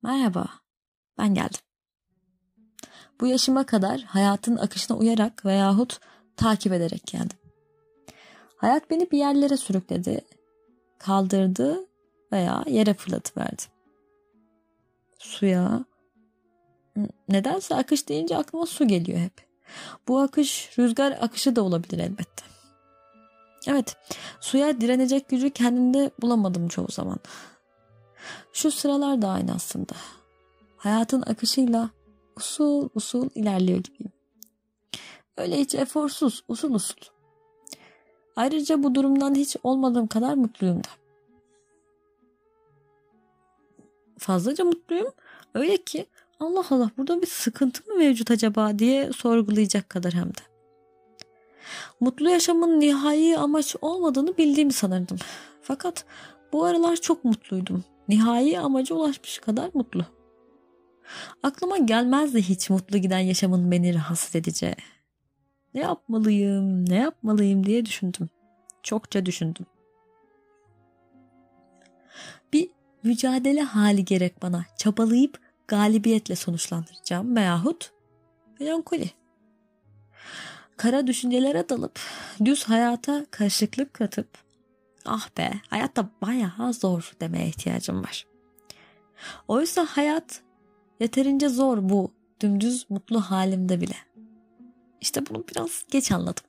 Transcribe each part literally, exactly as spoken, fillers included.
Merhaba, ben geldim. Bu yaşıma kadar hayatın akışına uyarak veyahut takip ederek geldim. Hayat beni bir yerlere sürükledi, kaldırdı veya yere fırlatıverdi. Suya, nedense akış deyince aklıma su geliyor hep. Bu akış rüzgar akışı da olabilir elbette. Evet, suya direnecek gücü kendimde bulamadım çoğu zaman. Şu sıralar da aynı aslında. Hayatın akışıyla usul usul ilerliyor gibiyim. Öyle hiç eforsuz, usul usul. Ayrıca bu durumdan hiç olmadığım kadar mutluyum da. Fazlaca mutluyum. Öyle ki Allah Allah burada bir sıkıntı mı mevcut acaba diye sorgulayacak kadar hem de. Mutlu yaşamın nihai amaç olmadığını bildiğimi sanırdım. Fakat bu aralar çok mutluydum. Nihai amaca ulaşmış kadar mutlu. Aklıma gelmezdi hiç mutlu giden yaşamın beni rahatsız edeceği. Ne yapmalıyım, ne yapmalıyım diye düşündüm. Çokça düşündüm. Bir mücadele hali gerek bana. Çabalayıp galibiyetle sonuçlandıracağım veyahut melankoli. Kara düşüncelere dalıp düz hayata karışıklık katıp ah be hayatta bayağı zor demeye ihtiyacım var. Oysa hayat yeterince zor bu dümdüz mutlu halimde bile. İşte bunu biraz geç anladım.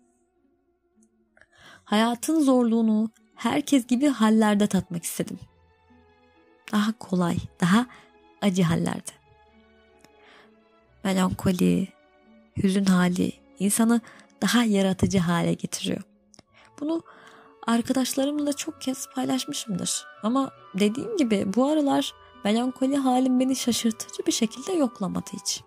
Hayatın zorluğunu herkes gibi hallerde tatmak istedim. Daha kolay, daha acı hallerde. Melankoli, hüzün hali insanı daha yaratıcı hale getiriyor. Bunu arkadaşlarımla çok kez paylaşmışımdır. Ama dediğim gibi bu aralar melankoli halim beni şaşırtıcı bir şekilde yoklamadı hiç.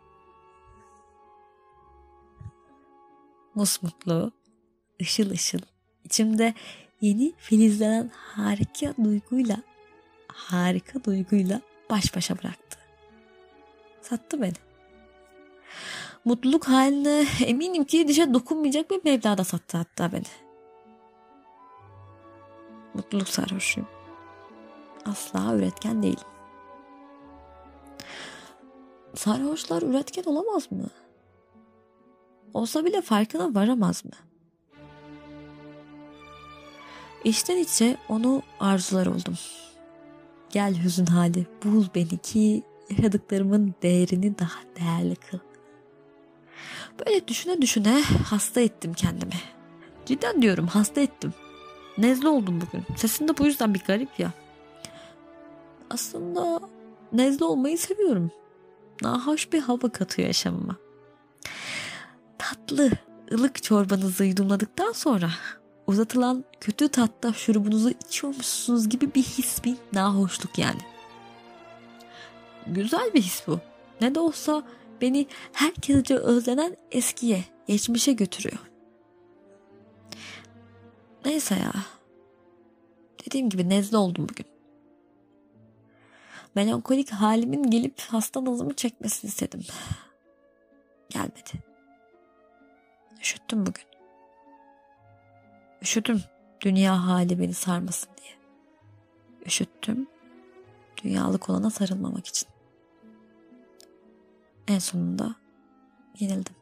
Musmutlu, ışıl ışıl, içimde yeni filizlenen harika duyguyla, harika duyguyla baş başa bıraktı. Sattı beni. Mutluluk haline eminim ki dişe dokunmayacak bir mevlada sattı hatta beni. Mutluluk sarhoşuyum. Asla üretken değilim. Sarhoşlar üretken olamaz mı? Olsa bile farkına varamaz mı? İçten içe onu arzular oldum. Gel hüzün hali, bul beni ki yaşadıklarımın değerini daha değerli kıl. Böyle düşüne düşüne hasta ettim kendimi. Cidden diyorum hasta ettim. Nezle oldum bugün. Sesim de bu yüzden bir garip ya. Aslında nezle olmayı seviyorum. Nahoş bir hava katıyor yaşamıma. Tatlı, ılık çorbanızı yudumladıktan sonra uzatılan kötü tatta şurubunuzu içiyormuşsunuz gibi bir his, bir nahoşluk yani. Güzel bir his bu. Ne de olsa beni herkesce özlenen eskiye, geçmişe götürüyor. Neyse ya. Dediğim gibi nezle oldum bugün. Melankolik halimin gelip hasta nazımı çekmesini istedim. Gelmedi. Üşüttüm bugün. Üşüdüm dünya hali beni sarmasın diye. Üşüttüm dünyalık olana sarılmamak için. En sonunda yenildim.